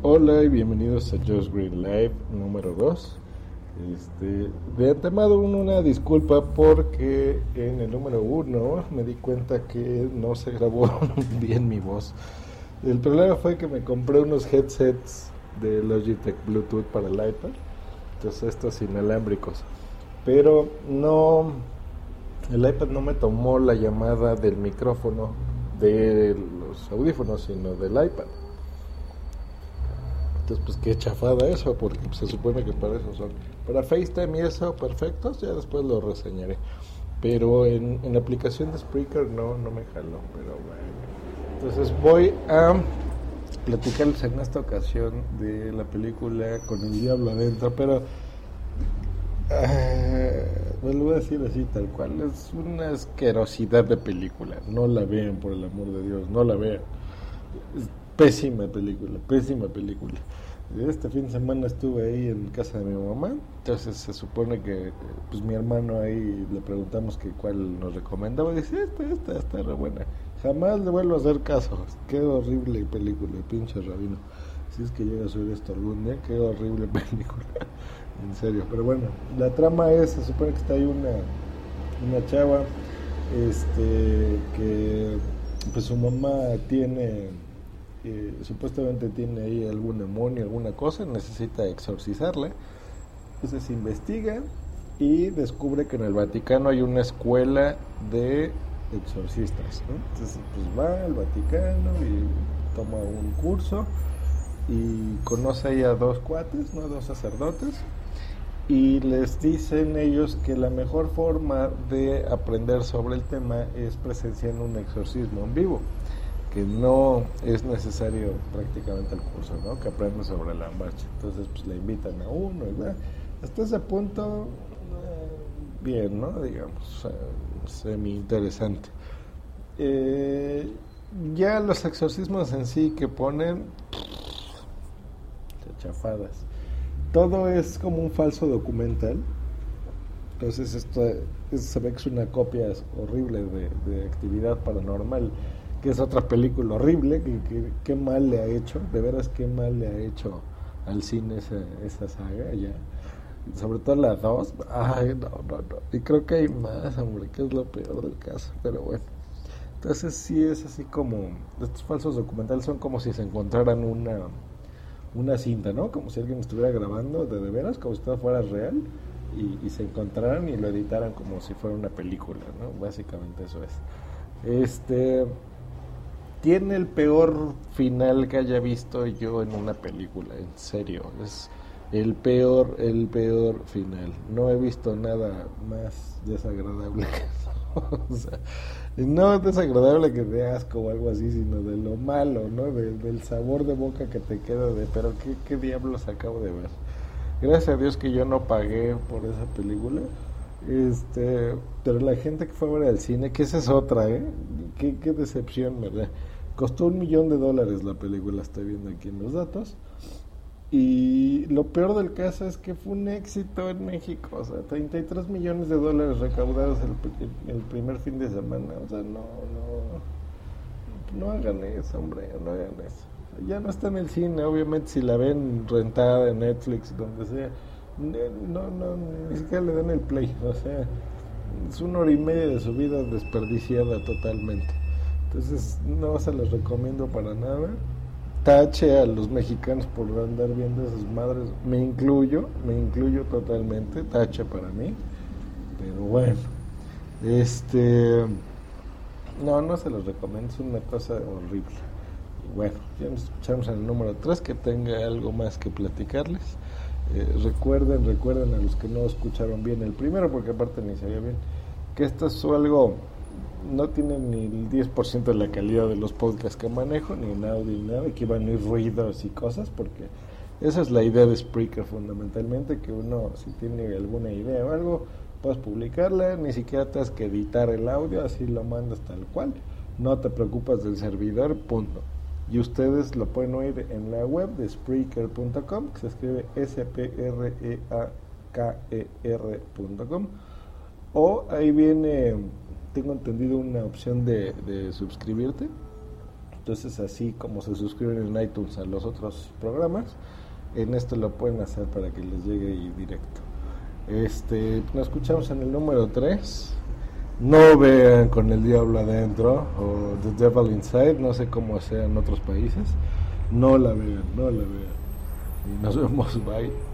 Hola y bienvenidos a Just Green Live número 2. De antemano una disculpa porque en el número 1 me di cuenta que no se grabó bien mi voz. El problema fue que me compré unos headsets de Logitech Bluetooth para el iPad, entonces estos inalámbricos, pero no, el iPad no me tomó la llamada del micrófono de los audífonos, sino del iPad. Entonces, pues qué chafada eso, porque se supone que para eso son. Para FaceTime y eso, perfectos, ya después lo reseñaré. Pero en la aplicación de Spreaker no me jaló, pero bueno. Entonces voy a platicarles en esta ocasión de la película Con el Diablo Adentro, pero me lo voy a decir así tal cual, es una asquerosidad de película. No la vean, por el amor de Dios, no la vean. Es pésima película, pésima película. Este fin de semana estuve ahí en casa de mi mamá, entonces se supone que pues mi hermano ahí le preguntamos que cuál nos recomendaba, y dice, esta está re buena. Jamás le vuelvo a hacer caso, qué horrible película, pinche rabino. Si es que llega a subir esto algún día, qué horrible película, en serio. Pero bueno, la trama es, se supone que está ahí una chava, que pues su mamá tiene, supuestamente tiene ahí algún demonio, alguna cosa, necesita exorcizarla. Entonces investiga y descubre que en el Vaticano hay una escuela de exorcistas, ¿no? Entonces pues va al Vaticano y toma un curso y conoce ahí a dos cuates, ¿no? Dos sacerdotes, y les dicen ellos que la mejor forma de aprender sobre el tema es presenciando un exorcismo en vivo, que no es necesario prácticamente el curso, ¿no? Que aprende sobre la marcha. Entonces pues le invitan a uno y va. Hasta ese punto bien, ¿no? Digamos, semi interesante. Ya los exorcismos en sí que ponen chafadas. Todo es como un falso documental. Entonces esto se ve que es una copia horrible de Actividad Paranormal, que es otra película horrible, que mal le ha hecho, de veras qué mal le ha hecho al cine esa saga ya. Sobre todo la 2, ay no. Y creo que hay más, hombre, que es lo peor del caso, pero bueno. Entonces sí es así como, estos falsos documentales son como si se encontraran una cinta, ¿no? Como si alguien estuviera grabando de veras, como si todo fuera real, y se encontraran y lo editaran como si fuera una película, ¿no? Básicamente eso es. Tiene el peor final que haya visto yo en una película, en serio, es el peor final. No he visto nada más desagradable que eso. O sea, no es desagradable que de asco o algo así, sino de lo malo, ¿no? Del sabor de boca que te queda de, pero qué diablos acabo de ver. Gracias a Dios que yo no pagué por esa película. Pero la gente que fue a ver al cine, que esa es otra, ¿eh? Qué decepción, ¿verdad? Costó $1,000,000 la película, estoy viendo aquí en los datos. Y lo peor del caso es que fue un éxito en México, o sea, $33 millones recaudados el primer fin de semana. O sea, no hagan eso, hombre, no hagan eso. Ya no está en el cine, obviamente si la ven rentada en Netflix, donde sea, ni siquiera le dan el play, o sea, es 1 hora y media de su vida desperdiciada totalmente. Entonces no se los recomiendo para nada. Tache a los mexicanos por andar viendo esas madres, me incluyo totalmente, tache para mí, pero bueno, no se los recomiendo, es una cosa horrible. Y bueno, ya nos escuchamos en el número 3, que tenga algo más que platicarles. Recuerden a los que no escucharon bien el primero, porque aparte ni se oía bien, que esto es algo, no tiene ni el 10% de la calidad de los podcasts que manejo, ni en audio ni nada, que van a ir ruidos y cosas, porque esa es la idea de Spreaker fundamentalmente, que uno si tiene alguna idea o algo, puedes publicarla, ni siquiera tienes que editar el audio, así lo mandas tal cual, no te preocupas del servidor, punto. Y ustedes lo pueden oír en la web de Spreaker.com, que se escribe Spreaker.com, o ahí viene, tengo entendido, una opción de suscribirte, Entonces, así como se suscriben en iTunes a los otros programas, en este lo pueden hacer para que les llegue ahí directo. Nos escuchamos en el número 3. No vean Con el Diablo Adentro o The Devil Inside, no sé cómo sea en otros países. No la vean. Y nos vemos, bye.